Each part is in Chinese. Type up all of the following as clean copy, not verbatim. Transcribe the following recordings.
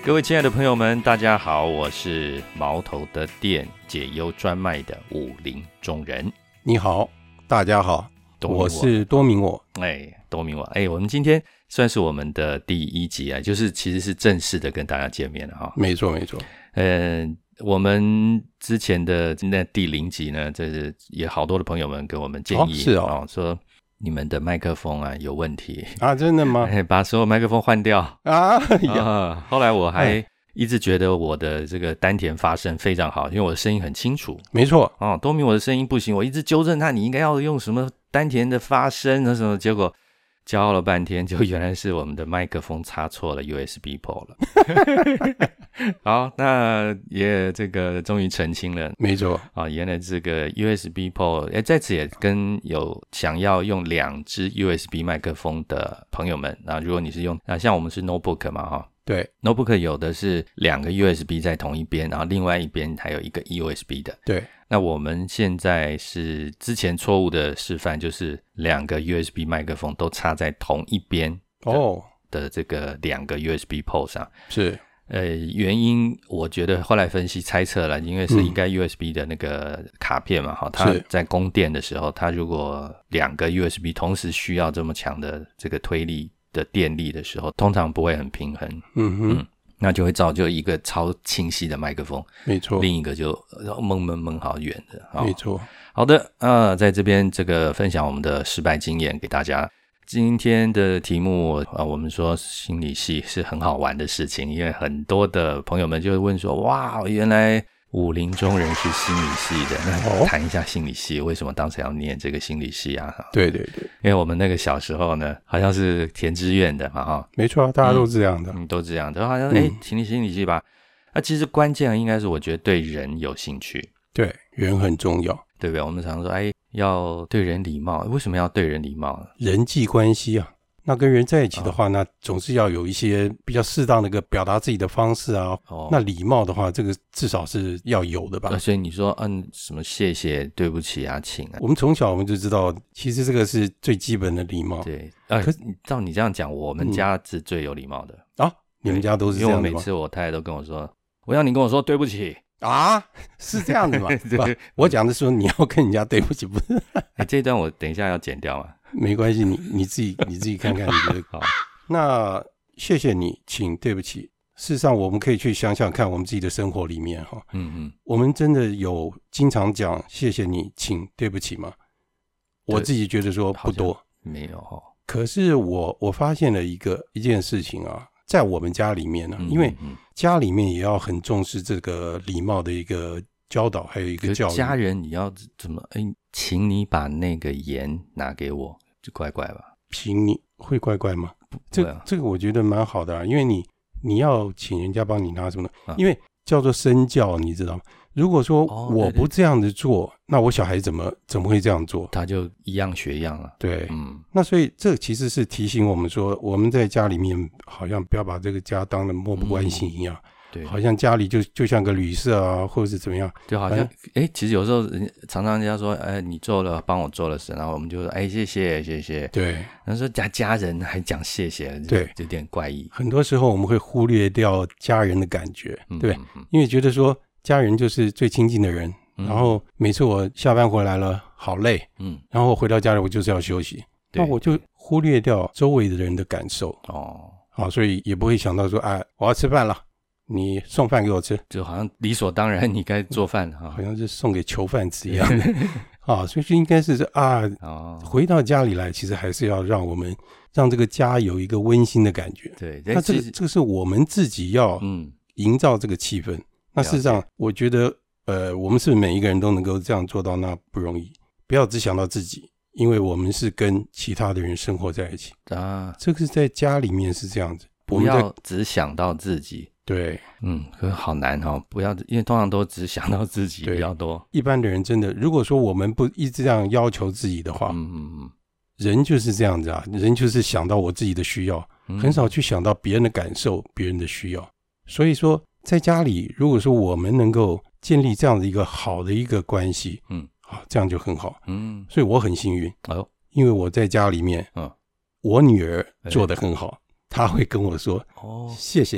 各位亲爱的朋友们，大家好，我是毛头的店解忧专卖的武林中人。 你好，大家好，我是多明我。 多明我。我们今天算是我们的第一集啊，就是其实是正式的跟大家见面了哈。 没错没错。 我们之前的那第0集呢，这是也好多的朋友们给我们建议，说你们的麦克风啊有问题啊，真的吗？ 把所有麦克风换掉啊！ 后来我还一直觉得我的这个丹田发声非常好，因为我的声音很清楚。 没错多明我的声音不行，我一直纠正他，你应该要用什么丹田的发声啊什么，结果骄傲了半天，就原来是我们的麦克风插错了 USB port 了。好，那也这个终于澄清了， 没错原来这个 USB port， 在此也跟有想要用2支 USB 麦克风的朋友们，那如果你是用像我们是 notebook 嘛对 notebook 有的是2个 USB 在同一边，然后另外一边还有一个 USB 的。 对， 那我们现在是之前错误的示范，就是2个 USB 麦克风都插在同一边的这个2个 USB port 上。 是原因我觉得后来分析猜测了，因为是应该 USB 的那个卡片嘛，它在供电的时候，它如果2个 USB 同时需要这么强的这个推力的电力的时候，通常不会很平衡。那就会造就一个超清晰的麦克风， 没错， 另一个就蒙好远的。 没错。 好的，在这边这个分享我们的失败经验给大家。今天的题目我们说心理系是很好玩的事情，因为很多的朋友们就会问说，哇，原来武林中人是心理系的，那谈一下心理系为什么当时要念这个心理系啊？ 对， 因为我们那个小时候呢，好像是填志愿的嘛没错，大家都这样的， 都这样的，好像心理系吧。其实关键应该是我觉得对人有兴趣， 对，人很重要， 对不对？我们常说要对人礼貌，为什么要对人礼貌呢？ 人际关系啊，那跟人在一起的话，那总是要有一些比较适当的一个表达自己的方式啊。那礼貌的话，这个至少是要有的吧。 所以你说什么谢谢、对不起啊、请啊， 我们从小我们就知道，其实这个是最基本的礼貌。 对，可是照你这样讲，我们家是最有礼貌的你们家都是这样的吗？ 因为我每次我太太都跟我说，我要你跟我说对不起啊，是这样的吗？对，我讲的说你要跟人家对不起，不是？ 这一段我等一下要剪掉嘛？ 没关系，你自己看看，你觉得好？那谢谢你，请，对不起。事实上，我们可以去想想看，我们自己的生活里面我们真的有经常讲谢谢你，请，对不起吗？我自己觉得说不多， 没有可是我发现了一件事情啊，在我们家里面呢，因为家里面也要很重视这个礼貌的一个教导，还有一个教育。 家人你要怎么？请你把那个盐拿给我，就怪怪吧？ 请你会怪怪吗？这个我觉得蛮好的因为你要请人家帮你拿什么呢？因为叫做身教，你知道吗？如果说我不这样子做，那我小孩怎么会这样做？ 他就一样学一样了。 对，那所以这其实是提醒我们说，我们在家里面好像不要把这个家当得漠不关心一样。对，好像家里就像个旅社啊，或者是怎么样， 就好像其实有时候常常人家说你做了帮我做了事，然后我们就说谢谢。对，然后说家人还讲谢谢，对，有点怪异。 很多时候我们会忽略掉家人的感觉，对，因为觉得说家人就是最亲近的人，然后每次我下班回来了好累，然后我回到家里我就是要休息，那我就忽略掉周围的人的感受好，所以也不会想到说我要吃饭了，你送饭给我吃， 就好像理所当然你该做饭好像是送给囚犯吃一样的所以就应该是回到家里来，其实还是要让这个家有一个温馨的感觉。 对， 那这个是我们自己要营造这个气氛。那事实上我觉得我们是每一个人都能够这样做到，那不容易。不要只想到自己，因为我们是跟其他的人生活在一起这个是在家里面是这样子， 不要只想到自己。 对， 可是好难不要，因为通常都只想到自己比较多。 一般的人真的，如果说我们不一直这样要求自己的话，人就是这样子人就是想到我自己的需要，很少去想到别人的感受，别人的需要。所以说在家里，如果说我们能够建立这样的一个好的一个关系，这样就很好。所以我很幸运，因为我在家里面，我女儿做得很好，她会跟我说，谢谢你，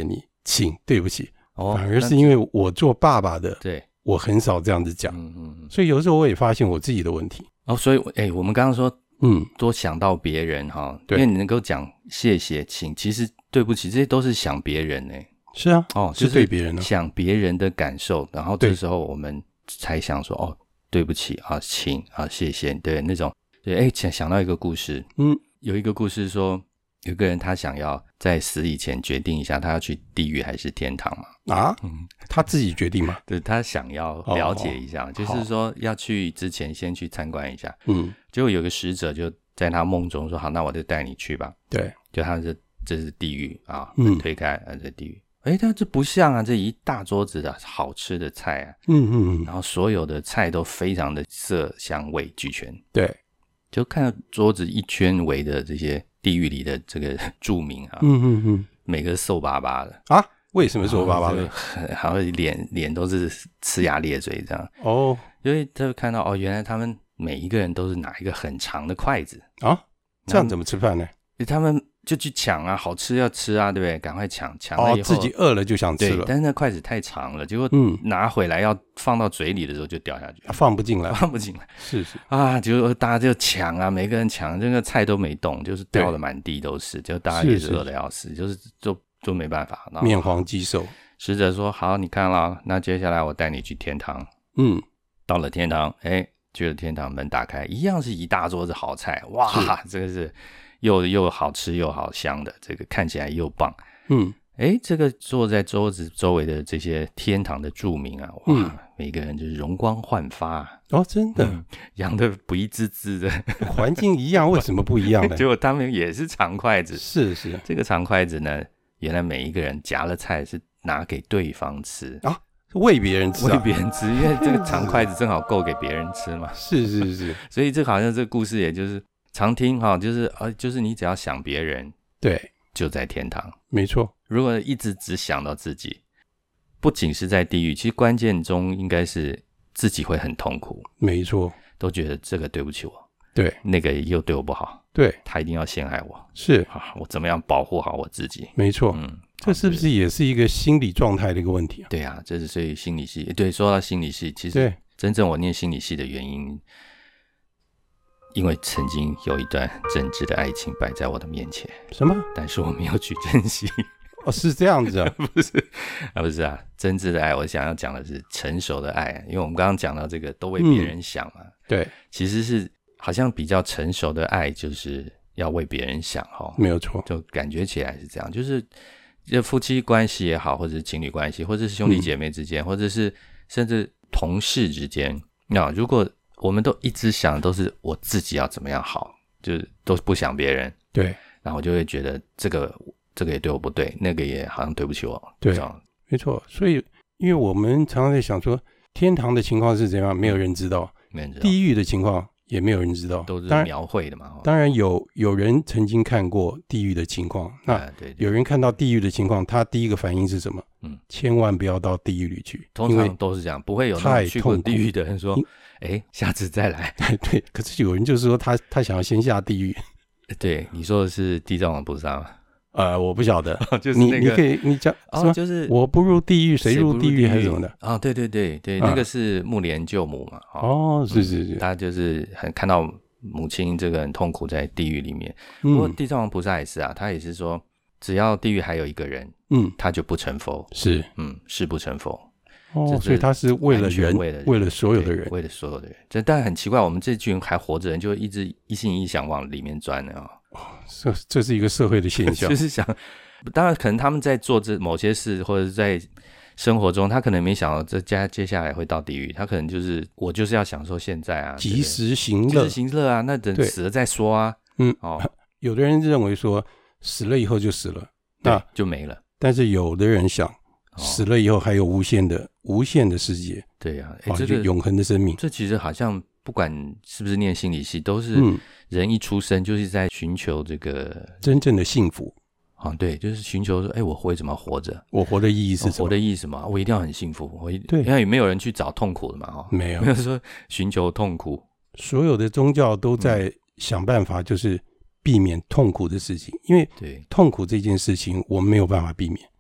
请对不起，反而是因为我做爸爸的， 对， 我很少这样子讲，所以有时候我也发现我自己的问题。 所以我们刚刚说多想到别人哈，因为你能够讲谢谢请，其实对不起这些都是想别人是啊， 是对别人想别人的感受，然后这时候我们才想说对不起啊，请啊，谢谢，对那种对。想到一个故事，有一个故事说，有个人他想要在死以前决定一下他要去地狱还是天堂嘛。 他自己决定吗？ 对，他想要了解一下，就是说要去之前先去参观一下。结果有个使者就在他梦中说，好，那我就带你去吧。对，就他这是地狱啊，推开这地狱。但这不像啊，这一大桌子的好吃的菜啊，然后所有的菜都非常的色香味俱全。对，就看到桌子一圈围的这些地狱里的这个住民啊，每个瘦巴巴的啊，为什么瘦巴巴的？ 好像脸都是呲牙咧嘴这样。因为他会看到原来他们每一个人都是拿一个很长的筷子啊，这样怎么吃饭呢？ 他们就去抢啊，好吃要吃啊，对不对？赶快抢了以后， 自己饿了就想吃了。 对，但是那筷子太长了，结果拿回来要放到嘴里的时候就掉下去， 放不进来。是啊，就大家就抢啊，每个人抢，这个菜都没动，就是掉的满地都是，就大家也是饿的要死，就是就没办法， 面黄肌瘦。 使者说：“好，你看了，那接下来我带你去天堂。”到了天堂，去了天堂，门打开，一样是一大桌子好菜，哇，这个是又好吃又好香的，这个看起来又棒。这个坐在桌子周围的这些天堂的住民啊，哇，每个人就是容光焕发。 真的， 养得不一滋滋的， 环境一样，为什么不一样呢？ 结果他们也是长筷子， 是这个长筷子呢，原来每一个人夹了菜是拿给对方吃啊。喂别人吃， 喂别人吃，因为这个长筷子正好够给别人吃嘛。 是， 所以这好像这个故事，也就是常听就是你只要想别人， 对， 就在天堂。 没错。 如果一直只想到自己，不仅是在地狱，其实关键中应该是自己会很痛苦。 没错， 都觉得这个对不起我， 对， 那个又对我不好， 对， 他一定要陷害我， 是我怎么样保护好我自己？ 没错。这是不是也是一个心理状态的一个问题啊？ 对啊，这是所以心理系。对，说到心理系，其实真正我念心理系的原因，因为曾经有一段真挚的爱情摆在我的面前。 什么？ 但是我没有去珍惜。 是这样子啊？ 不是啊，真挚的爱，我想要讲的是成熟的爱，因为我们刚刚讲到这个都为别人想嘛。对，其实是好像比较成熟的爱，就是要为别人想没有错， 就感觉起来是这样，就是夫妻关系也好，或者是情侣关系，或者是兄弟姐妹之间，或者是甚至同事之间，那如果我们都一直想都是我自己要怎么样好，就是都不想别人，对，然后我就会觉得这个也对我不对，那个也好像对不起我，对， 没错。所以因为我们常常在想说，天堂的情况是怎样，没有人知道，地狱的情况也没有人知道， 都是描绘的嘛。 当然有人曾经看过地狱的情况，那有人看到地狱的情况，他第一个反应是什么？千万不要到地狱里去。 通常都是这样，不会有那种去过地狱的人说，下次再来。 对，可是有人就是说他想要先下地狱。 对，你说的是地藏王菩萨吗？ 我不晓得， 就是那个你可以你讲就是我不入地狱谁入地狱还是什么的对，那个是目连救母嘛。 是， 他就是很看到母亲这个很痛苦在地狱里面。不过地藏王菩萨也是啊，他也是说只要地狱还有一个人，他就不成佛，誓不成佛。 所以他是为了人，为了所有的人， 为了所有的人。但很奇怪，我们这群还活着人就一直一心一意想往里面钻呢。 这是一个社会的现象。 就是想，当然可能他们在做这某些事，或者是在生活中，他可能没想到接下来会到地狱，他可能就是我就是要享受现在啊， 及时行乐啊，那等死了再说啊。 有的人认为说死了以后就死了， 那就没了。 但是有的人想，死了以后还有无限的世界。对啊，这个永恒的生命。 这其实好像不管是不是念心理系，都是人一出生就是在寻求这个真正的幸福。 对，就是寻求说，我为什么活着？ 我活的意义是什么？ 活的意义是什么？我一定要很幸福。对，因为没有人去找痛苦的嘛， 没有说寻求痛苦。 所有的宗教都在想办法，就是避免痛苦的事情，因为痛苦这件事情我们没有办法避免，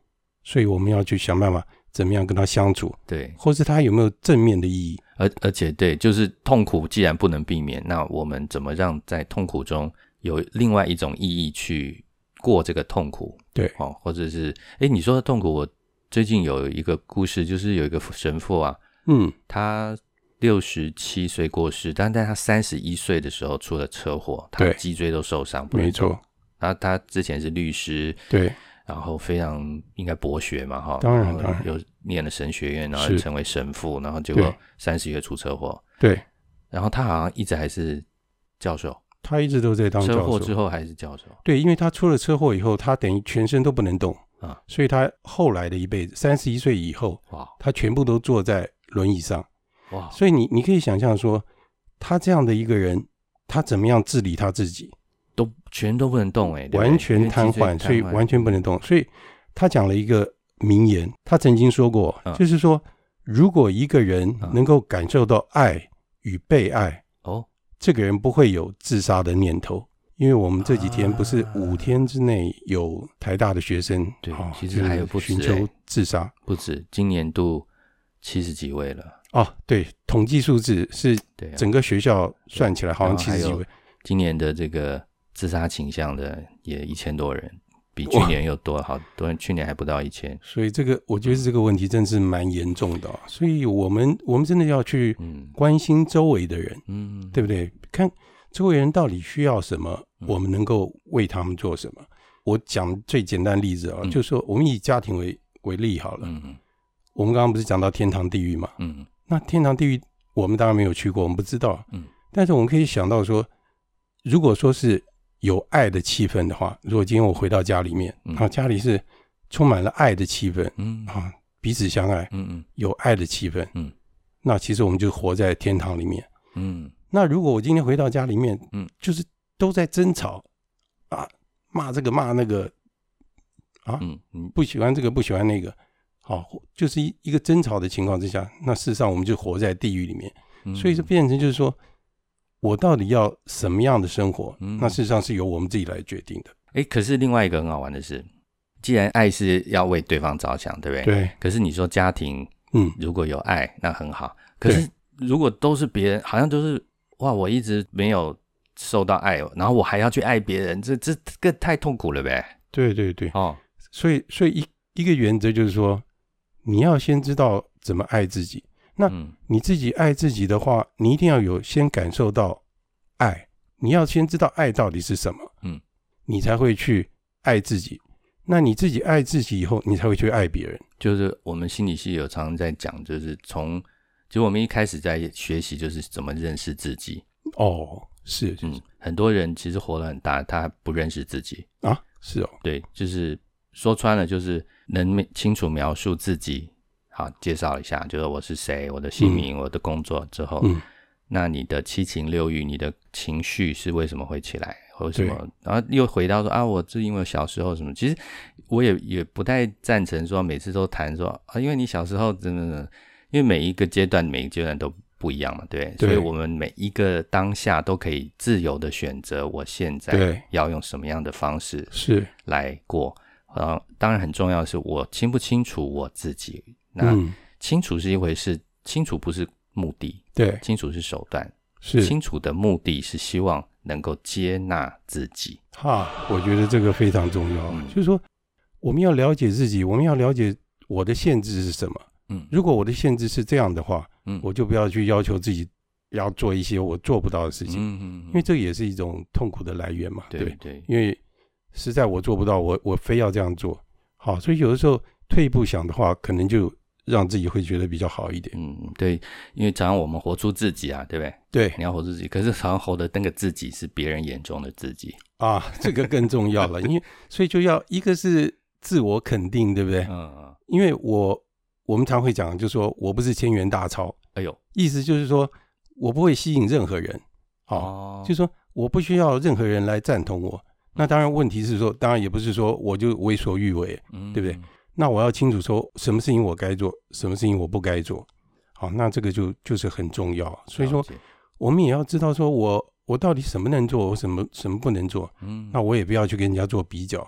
所以我们要去想办法怎么样跟他相处， 对， 或是他有没有正面的意义。 而且对，就是痛苦既然不能避免，那我们怎么让在痛苦中有另外一种意义去过这个痛苦？ 对， 或者是你说的痛苦，我最近有一个故事，就是有一个神父啊，他67岁过世，但在他31岁的时候出了车祸，他的脊椎都受伤， 没错。 他之前是律师， 对， 然后非常应该博学嘛， 当然有念了神学院，然后成为神父，然后结果30月出车祸， 对， 然后他好像一直还是教授， 他一直都在当教授， 车祸之后还是教授， 对，因为他出了车祸以后，他等于全身都不能动啊，所以他后来的一辈子31岁以后，哇，他全部都坐在轮椅上，哇，所以你可以想象说，他这样的一个人，他怎么样治理他自己？ 全都不能动， 完全瘫痪，所以完全不能动。所以他讲了一个名言，他曾经说过，就是说，如果一个人能够感受到爱与被爱，这个人不会有自杀的念头。因为我们这几天不是5天之内有台大的学生， 对，其实还有不止寻求自杀， 不止，今年度70几位了。 对，统计数字是整个学校算起来好像70几位。 今年的这个自杀倾向的也1000多人，比去年又多好多人，去年还不到1000。 所以这个我觉得这个问题真是蛮严重的，所以我们真的要去关心周围的人，对不对？看周围人到底需要什么，我们能够为他们做什么。我讲最简单的例子就是说我们以家庭为例好了。我们刚刚不是讲到天堂地狱嘛？那天堂地狱我们当然没有去过，我们不知道。但是我们可以想到说，如果说是有爱的气氛的话，如果今天我回到家里面，家里是充满了爱的气氛，彼此相爱，有爱的气氛，那其实我们就活在天堂里面。那如果我今天回到家里面，就是都在争吵骂这个骂那个不喜欢这个不喜欢那个，就是一个争吵的情况之下，那事实上我们就活在地狱里面。所以就变成就是说，我到底要什么样的生活，那事实上是由我们自己来决定的。 可是另外一个很好玩的是，既然爱是要为对方着想，对不对？ 对。 可是你说家庭如果有爱那很好，可是如果都是别人，好像都是我一直没有受到爱，然后我还要去爱别人，这个太痛苦了呗。 对对对。所以一个原则就是说，你要先知道怎么爱自己。那你自己爱自己的话，你一定要先感受到爱，你要先知道爱到底是什么，你才会去爱自己。那你自己爱自己以后，你才会去爱别人。 就是我们心理系有常常在讲，就是就我们一开始在学习就是怎么认识自己。 是， 很多人其实活得很大，他不认识自己是对，就是说穿了，就是能清楚描述自己。好，介绍一下，就是我是谁，我的姓名，我的工作之后，那你的七情六欲，你的情绪是为什么会起来，或什么？然后又回到说我是因为小时候什么？其实我也不太赞成说每次都谈说因为你小时候真的，因为每一个阶段都不一样嘛，对，所以我们每一个当下都可以自由的选择，我现在要用什么样的方式是来过。当然很重要的是我清不清楚我自己。那清楚是一回事，清楚不是目的，对，清楚是手段，是清楚的目的是希望能够接纳自己。 我觉得这个非常重要，就是说我们要了解自己，我们要了解我的限制是什么。如果我的限制是这样的话，我就不要去要求自己要做一些我做不到的事情，因为这也是一种痛苦的来源嘛。对，因为实在我做不到，我非要这样做。所以有的时候退一步想的话，可能就让自己会觉得比较好一点。 对，因为常常我们活出自己对不对？ 对， 你要活出自己，可是常常活的那个自己是别人眼中的自己这个更重要了。因为所以就要一个是自我肯定，对不对？因为我们常会讲，就是说我不是千元大钞，意思就是说我不会吸引任何人，就是说我不需要任何人来赞同我。那当然问题是说，当然也不是说我就为所欲为，对不对？那我要清楚说什么事情我该做，什么事情我不该做。那这个就是很重要。所以说我们也要知道说我到底什么能做，我什么不能做。那我也不要去跟人家做比较，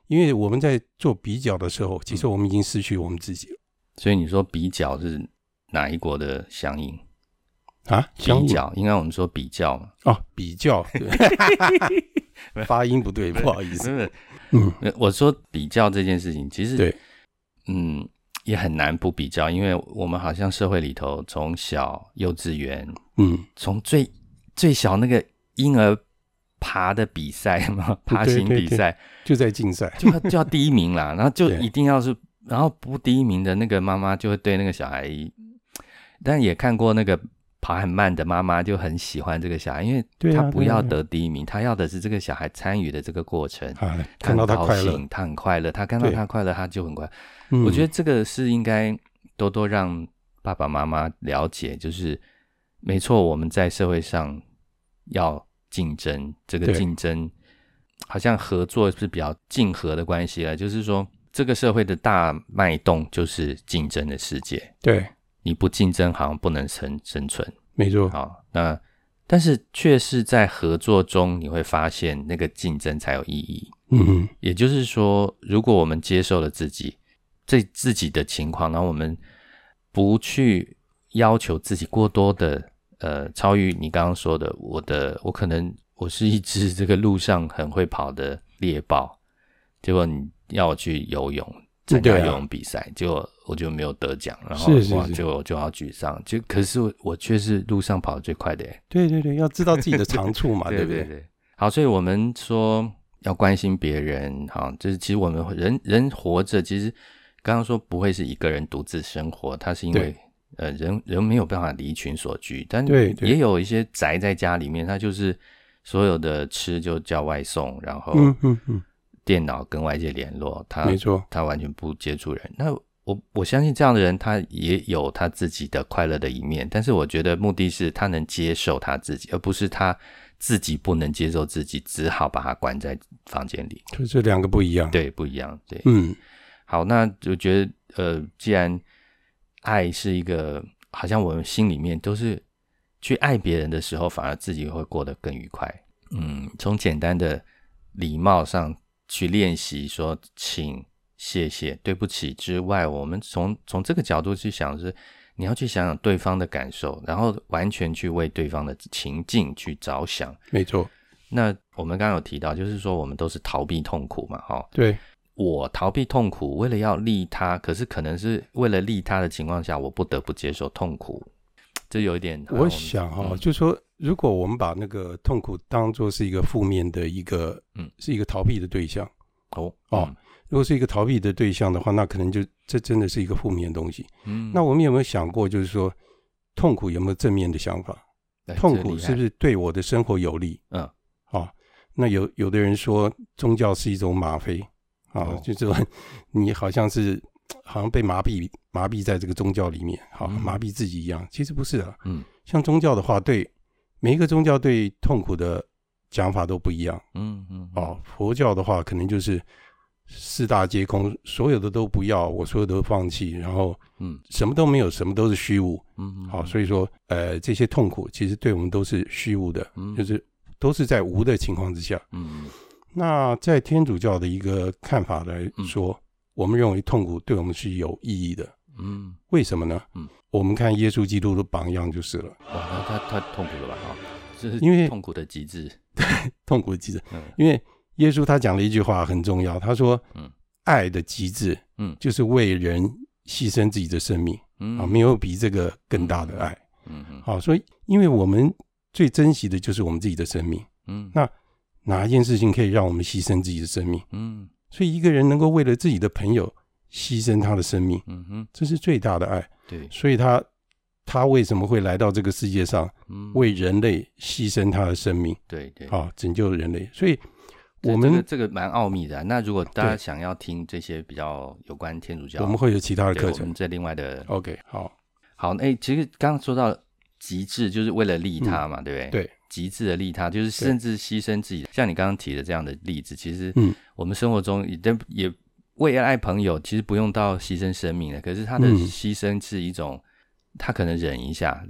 因为我们在做比较的时候，其实我们已经失去我们自己了。 所以你说比较是哪一国的乡音啊？ 比较应该我们说比较嘛。 哦，比较，对发音不对，不好意思。 我说比较这件事情，其实对， 也很难不比较，因为我们好像社会里头从小幼稚园，从最小那个婴儿爬的比赛嘛，爬行比赛， 就在竞赛， 就要第一名啦，然后就一定要是，然后不第一名的那个妈妈就会对那个小孩，但也看过那个跑很慢的妈妈就很喜欢这个小孩，因为他不要得第一名，他要的是这个小孩参与的这个过程， 看到他快乐， 他很快乐，他看到他快乐，他就很快乐。我觉得这个是应该多多让爸爸妈妈了解，就是没错，我们在社会上要竞争，这个竞争好像合作是比较竞合的关系了，就是说这个社会的大脉动就是竞争的世界， 对， 你不竞争好像不能生存， 没错。 好，那但是却是在合作中你会发现那个竞争才有意义。也就是说，如果我们接受了自己的情况，然后我们不去要求自己过多的超越你刚刚说的我可能我是一只这个路上很会跑的猎豹，结果你要我去游泳参加游泳比赛，结果我就没有得奖，然后就要沮丧，可是我却是路上跑得最快的耶。 对对对，要知道自己的长处嘛，对不对？ 对。好，所以我们说要关心别人，好，就是其实我们人活着，其实刚刚说不会是一个人独自生活，它是因为人没有办法离群所居，但也有一些宅在家里面，他就是所有的吃就叫外送，然后电脑跟外界联络， 没错， 他完全不接触人。那我相信这样的人他也有他自己的快乐的一面，但是我觉得目的是他能接受他自己，而不是他自己不能接受自己，只好把他关在房间里。 就这两个不一样， 对，不一样，对，好，那我觉得既然爱是一个，好像我们心里面都是去爱别人的时候，反而自己会过得更愉快。从简单的礼貌上去练习说请、谢谢、对不起之外，我们从这个角度去想，是你要去想想对方的感受，然后完全去为对方的情境去着想。 没错。 那我们刚刚有提到，就是说我们都是逃避痛苦嘛， 对。 我逃避痛苦，为了要利他，可是可能是为了利他的情况下，我不得不接受痛苦，这有一点。 我想就是说，如果我们把那个痛苦当作是一个负面的一个，是一个逃避的对象，如果是一个逃避的对象的话，那可能就这真的是一个负面的东西。那我们有没有想过，就是说，痛苦有没有正面的想法？痛苦是不是对我的生活有利？那有的人说，宗教是一种吗啡。就是说你好像被麻痹在这个宗教里面，麻痹自己一样，其实不是啊。像宗教的话，对每一个宗教对痛苦的讲法都不一样。佛教的话可能就是四大皆空，所有的都不要，我所有都放弃，然后什么都没有，什么都是虚无。所以说这些痛苦其实对我们都是虚无的，就是都是在无的情况之下。那在天主教的一个看法来说，我们认为痛苦对我们是有意义的。为什么呢？我们看耶稣基督的榜样就是了。 哇，他痛苦了吧？这是因为痛苦的极致。 对，痛苦的极致。因为耶稣他讲了一句话很重要，他说爱的极致就是为人牺牲自己的生命。没有比这个更大的爱。所以因为我们最珍惜的就是我们自己的生命。那哪一件事情可以让我们牺牲自己的生命？所以一个人能够为了自己的朋友牺牲他的生命，这是最大的爱。 对， 所以他为什么会来到这个世界上，为人类牺牲他的生命？ 对， 拯救人类。所以我们这个蛮奥秘的。那如果大家想要听这些比较有关天主教， 我们会有其他的课程， 我们在另外的 OK 好。 其实刚刚说到极致，就是为了利他嘛，对不对？ 对。 极致的利他，就是甚至牺牲自己。像你刚刚提的这样的例子，其实我们生活中也为了爱朋友，其实不用到牺牲生命的，可是他的牺牲是一种，他可能忍一下，对不对？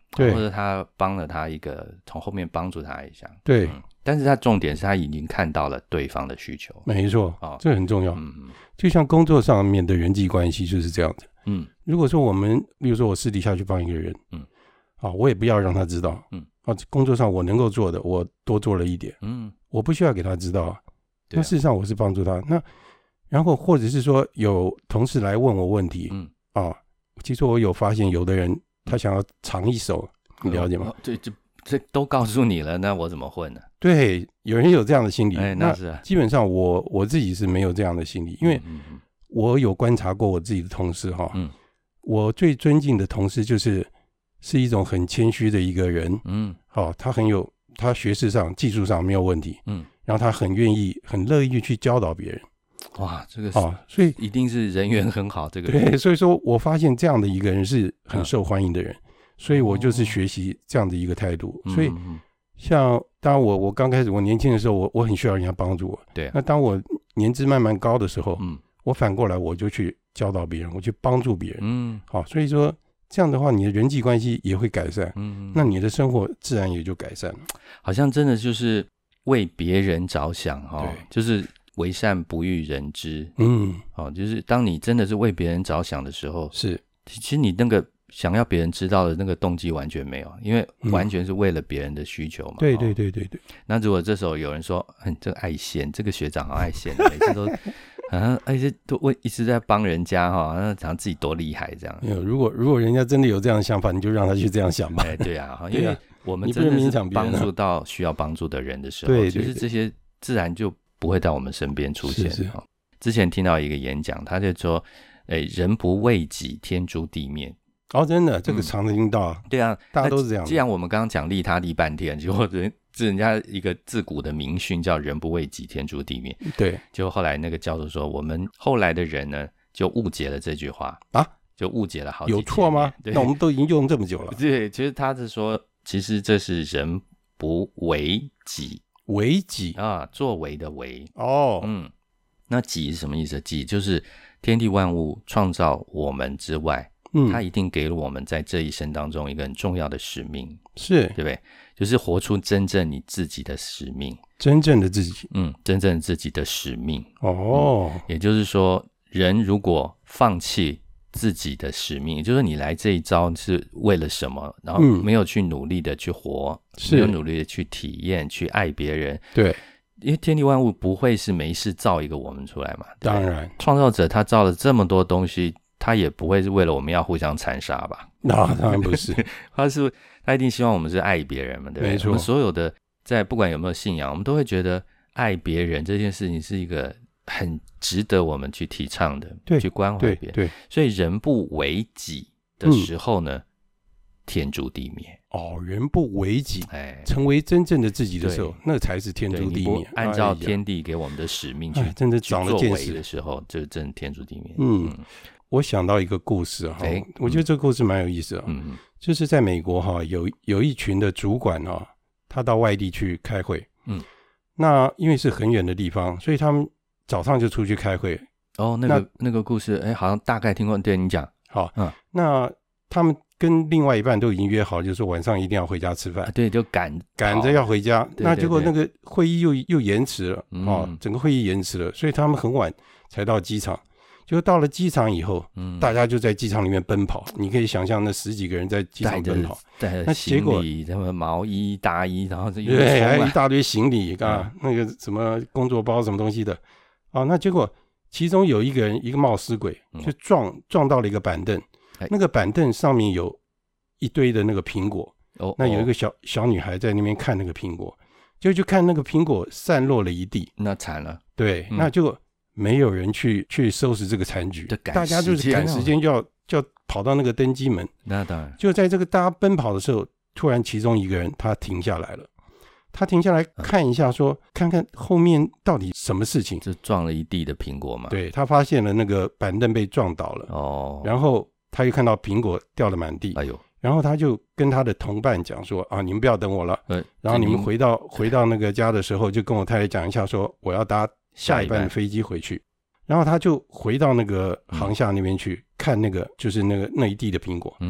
对， 或者他帮了他一个，从后面帮助他一下， 对。 但是他重点是他已经看到了对方的需求， 没错，这很重要。就像工作上面的人际关系就是这样子。如果说我们，比如说我私底下去帮一个人，我也不要让他知道，工作上我能够做的，我多做了一点，我不需要给他知道。那事实上我是帮助他。那然后或者是说有同事来问我问题，其实我有发现有的人他想要藏一手，你了解吗？ 这都告诉你了，那我怎么混呢？ 对，有人有这样的心理。 那是基本上我自己是没有这样的心理，因为我有观察过我自己的同事哈。我最尊敬的同事是一种很谦虚的一个人。他学识上技术上没有问题。然后他很愿意很乐意去教导别人。 哇，这个所以一定是人缘很好。这个对，所以说我发现这样的一个人是很受欢迎的人。所以我就是学习这样的一个态度。所以像当然我刚开始我年轻的时候，我很需要人家帮助我。 对。 那当我年资慢慢高的时候，我反过来我就去教导别人，我去帮助别人。所以说这样的话，你的人际关系也会改善。那你的生活自然也就改善了。 好像真的就是为别人着想就是为善不欲人知。就是当你真的是为别人着想的时候， 是其实你那个想要别人知道的那个动机完全没有，因为完全是为了别人的需求嘛。 对。 那如果这时候有人说这个爱现，这个学长好爱现，每次都好像都一直在帮人家好像自己多厉害这样。 如果人家真的有这样的想法，你就让他去这样想吧。 对啊，因为我们真的是帮助到需要帮助的人的时候，其实这些自然就不会在我们身边出现。 是之前听到一个演讲，他就说人不为己，天诛地灭。 真的，这个常听到。 对啊， 大家都是这样。 既然我们刚刚讲利他利半天，结果人家一个自古的名训叫人不为己，天诛地灭。 对， 结果后来那个教授说，我们后来的人呢就误解了这句话就误解了好几千年。 有错吗？那我们都已经用这么久了。 对，其实他是说，其实这是人不为己。 为己作为的为。那己是什么意思？己就是天地万物创造我们之外，他一定给了我们在这一生当中一个很重要的使命， 是对不对？就是活出真正你自己的使命， 真正的自己。 真正自己的使命。也就是说，人如果放弃自己的使命，也就是说你来这一遭是为了什么，然后没有去努力的去活，没有努力的去体验，去爱别人。 对， 因为天地万物不会是没事造一个我们出来嘛。 当然， 创造者他造了这么多东西，他也不会是为了我们要互相残杀吧？ 当然不是。 他一定希望我们是爱别人嘛，对不对？ 没错。 我们所有的在不管有没有信仰，我们都会觉得爱别人这件事情是一个很值得我们去提倡的，去关怀别人。 对， 所以人不为己的时候呢，天诛地灭。 人不为己，成为真正的自己的时候，那才是天诛地灭。 按照天地给我们的使命去真的长了见识的时候，就真的天诛地灭。 我想到一个故事我觉得这个故事蛮有意思就是在美国有一群的主管他到外地去开会。那因为是很远的地方，所以他们早上就出去开会。 那个故事好像大概听过。对，你讲。好。 那他们跟另外一半都已经约好，就是说晚上一定要回家吃饭。 对，就赶着要回家。 对， 那结果那个会议又延迟了。整个会议延迟了，所以他们很晚才到机场。就到了机场以后，大家就在机场里面奔跑。你可以想象那10几个人在机场奔跑， 带着行李，什么毛衣、大衣，然后对，还有一大堆行李那个什么工作包什么东西的那结果其中有一个人，一个冒失鬼，就撞到了一个板凳。那个板凳上面有一堆的那个苹果。那有一个小女孩在那边看那个苹果，就看那个苹果散落了一地。 那惨了。 对，那就没有人去收拾这个残局，大家就是赶时间就要跑到那个登机门。 那当然， 就在这个大家奔跑的时候，突然其中一个人他停下来了，他停下来看一下说，看看后面到底什么事情。 就撞了一地的苹果嘛。 对，他发现了那个板凳被撞倒了。然后他又看到苹果掉了满地。然后他就跟他的同伴讲说你们不要等我了，然后你们回到那个家的时候，就跟我太太讲一下说我要搭下一班的飞机回去。然后他就回到那个航厦那边去看那个就是那一地的苹果。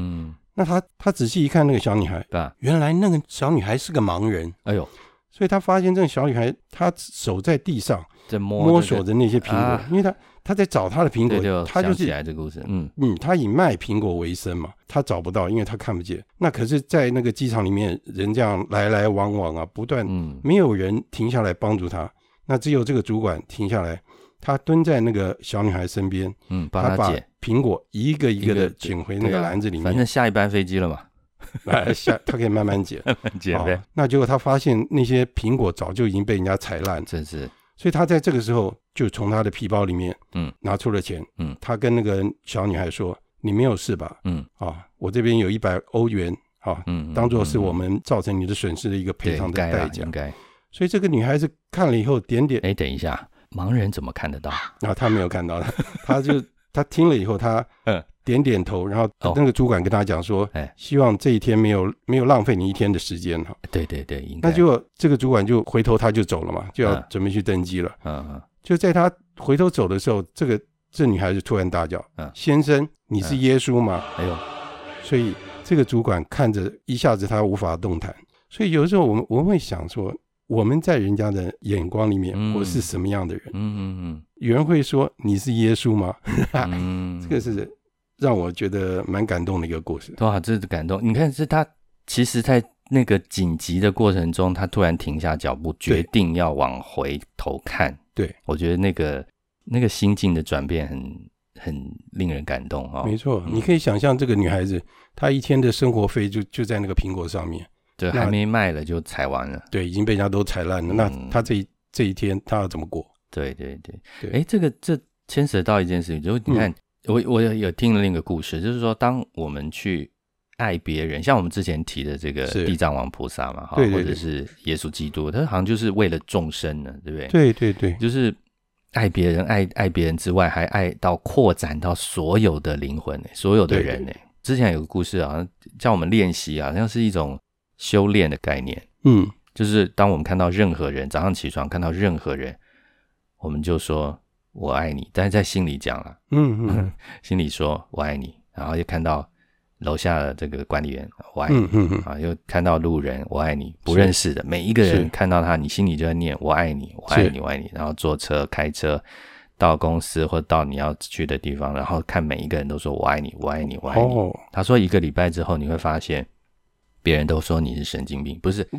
那他仔细一看那个小女孩，原来那个小女孩是个盲人。 哎呦， 所以他发现这个小女孩，她手在地上在摸索着那些苹果，因为他在找他的苹果， 对， 他就是想起来这个故事， 他以卖苹果为生嘛，他找不到，因为他看不见。那可是，在那个机场里面，人这样来来往往啊，不断，没有人停下来帮助他，那只有这个主管停下来，他蹲在那个小女孩身边， 帮他把苹果一个一个的捡回那个篮子里面， 反正下一班飞机了嘛。 他可以慢慢捡， 慢慢捡呗。 那结果他发现那些苹果早就已经被人家踩烂， 真是。 所以他在这个时候就从他的皮包里面拿出了钱，他跟那个小女孩说：“你没有事吧？我这边有100欧元，当做是我们造成你的损失的一一个赔偿的代价。” 应该。 所以这个女孩子看了以后点点， 等一下，盲人怎么看得到？ 他没有看到，他听了以后，他点点头，然后那个主管跟他讲说，希望这一天没有浪费你一天的时间。 对，应该。 那就这个主管就回头他就走了嘛，就要准备去登机了。就在他回头走的时候，这女孩子突然大叫：“先生，你是耶稣吗？” 哎呦！ 所以这个主管看着一下子他无法动弹。所以有的时候我们会想说，我们在人家的眼光里面，我是什么样的人？有人会说你是耶稣吗？这个是让我觉得蛮感动的一个故事。 哇，这是感动！你看，是他其实在那个紧急的过程中，他突然停下脚步，决定要往回头看。 对， 我觉得那个心境的转变很令人感动。 没错，你可以想象这个女孩子，她一天的生活费就在那个苹果上面。 对，还没卖了就踩完了。 对，已经被人家都踩烂了。那她这一天她要怎么过？ 对。这牵扯到一件事情，就是你看，我有听了另一个故事，就是说，当我们去爱别人，像我们之前提的这个地藏王菩萨嘛，或者是耶稣基督，他好像就是为了众生呢，对不对？ 对， 就是爱别人，爱别人之外，还爱到扩展到所有的灵魂，所有的人。之前有个故事，好像叫我们练习，好像是一种修炼的概念。就是当我们看到任何人，早上起床看到任何人，我们就说我爱你，但是在心里讲了，心里说我爱你，然后又看到楼下的这个管理员我爱你，又看到路人我爱你，不认识的每一个人看到他，你心里就在念我爱你，我爱你，我爱你，然后坐车开车到公司或到你要去的地方，然后看每一个人都说我爱你，我爱你，我爱你。他说1个礼拜之后你会发现别人都说你是神经病，不是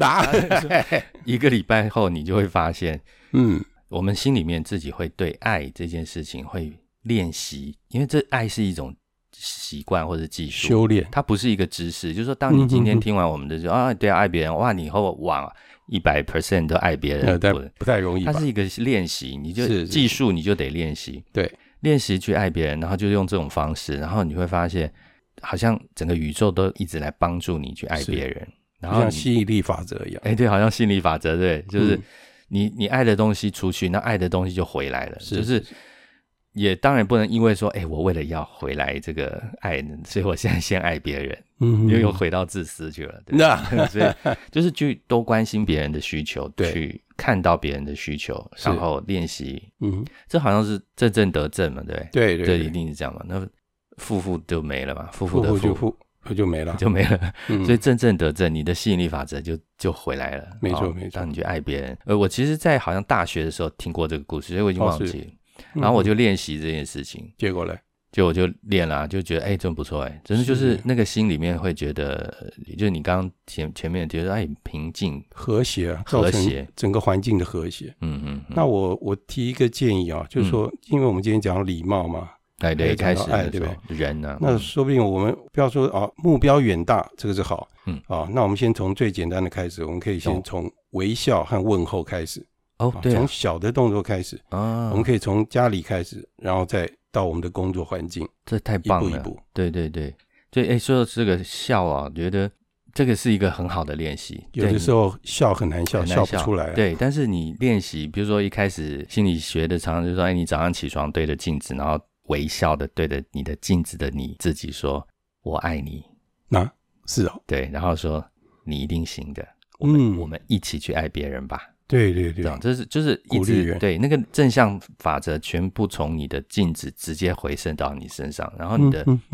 1个礼拜后你就会发现我们心里面自己会对爱这件事情会练习，因为这爱是一种习惯或者技术修炼， 它不是一个知识。就是说当你今天听完我们的对啊，爱别人，哇，你以后哇 100% 都爱别人， 不太容易吧。 它是一个练习，你就技术你就得练习， 对， 练习去爱别人，然后就用这种方式，然后你会发现好像整个宇宙都一直来帮助你去爱别人，然后像吸引力法则一样。 对，好像吸引力法则，对，就是你爱的东西出去，那爱的东西就回来了。就是也当然不能因为说我为了要回来这个爱，所以我现在先爱别人，又回到自私去了，对吧？所以就是去多关心别人的需求，去看到别人的需求，然后练习。这好像是正正得正嘛，对不对？ 对， 这一定是这样嘛。那负就没了嘛，负的负就没了， 所以正正得正，你的吸引力法则就回来了。 没错。 当你去爱别人，我其实在好像大学的时候听过这个故事，所以我已经忘记了。然后我就练习这件事情， 结果呢？ 我就练了，就觉得真不错，真的就是那个心里面会觉得，就是你刚刚前面觉得平静、 和谐，整个环境的和谐。那我提一个建议啊，就是说，因为我们今天讲礼貌嘛， 对，开始爱，对不对？ 人呢， 那说不定我们不要说目标远大，这个是好，那我们先从最简单的开始，我们可以先从微笑和问候开始。 对， 从小的动作开始我们可以从家里开始，然后再到我们的工作环境， 这太棒了， 一步。 对，说到这个笑啊，觉得这个是一个很好的练习。 有的时候笑很难笑不出来对，但是你练习，比如说一开始心理学的常常就说，你早上起床对着镜子，然后微笑的对着你的镜子的你自己说我爱你。 是对，然后说你一定行的，我们一起去爱别人吧。 对， 这是就是一直对那个正向法则全部从你的镜子直接回渗到你身上，然后你的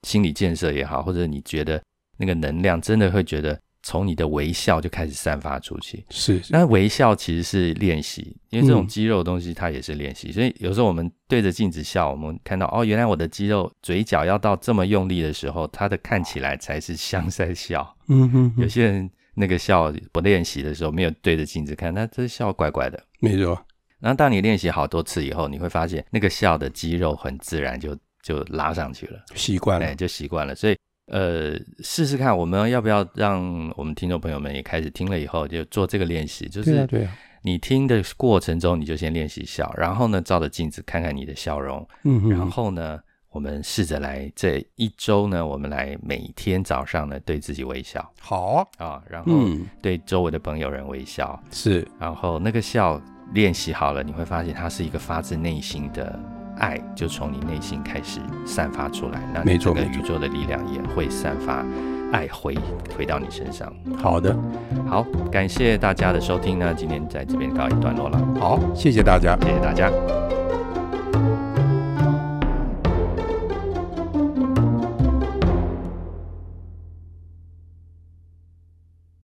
心理建设也好，或者你觉得那个能量真的会觉得从你的微笑就开始散发出去。 是， 那微笑其实是练习，因为这种肌肉的东西它也是练习，所以有时候我们对着镜子笑，我们看到哦，原来我的肌肉嘴角要到这么用力的时候，它的看起来才是像在笑。有些人那个笑不练习的时候，没有对着镜子看，那这笑怪怪的。没错。然后当你练习好多次以后，你会发现那个笑的肌肉很自然就拉上去了，习惯了，就习惯了。所以试试看，我们要不要让我们听众朋友们也开始听了以后就做这个练习，就是你听的过程中你就先练习笑，然后呢照着镜子看看你的笑容，然后呢我们试着来这1周呢，我们来每天早上呢对自己微笑，好啊，然后对周围的朋友人微笑，是，然后那个笑练习好了，你会发现它是一个发自内心的爱，就从你内心开始散发出来，那你整个宇宙的力量也会散发爱回到你身上。好的，好，感谢大家的收听呢，今天在这边告一段落了。好，谢谢大家，谢谢大家。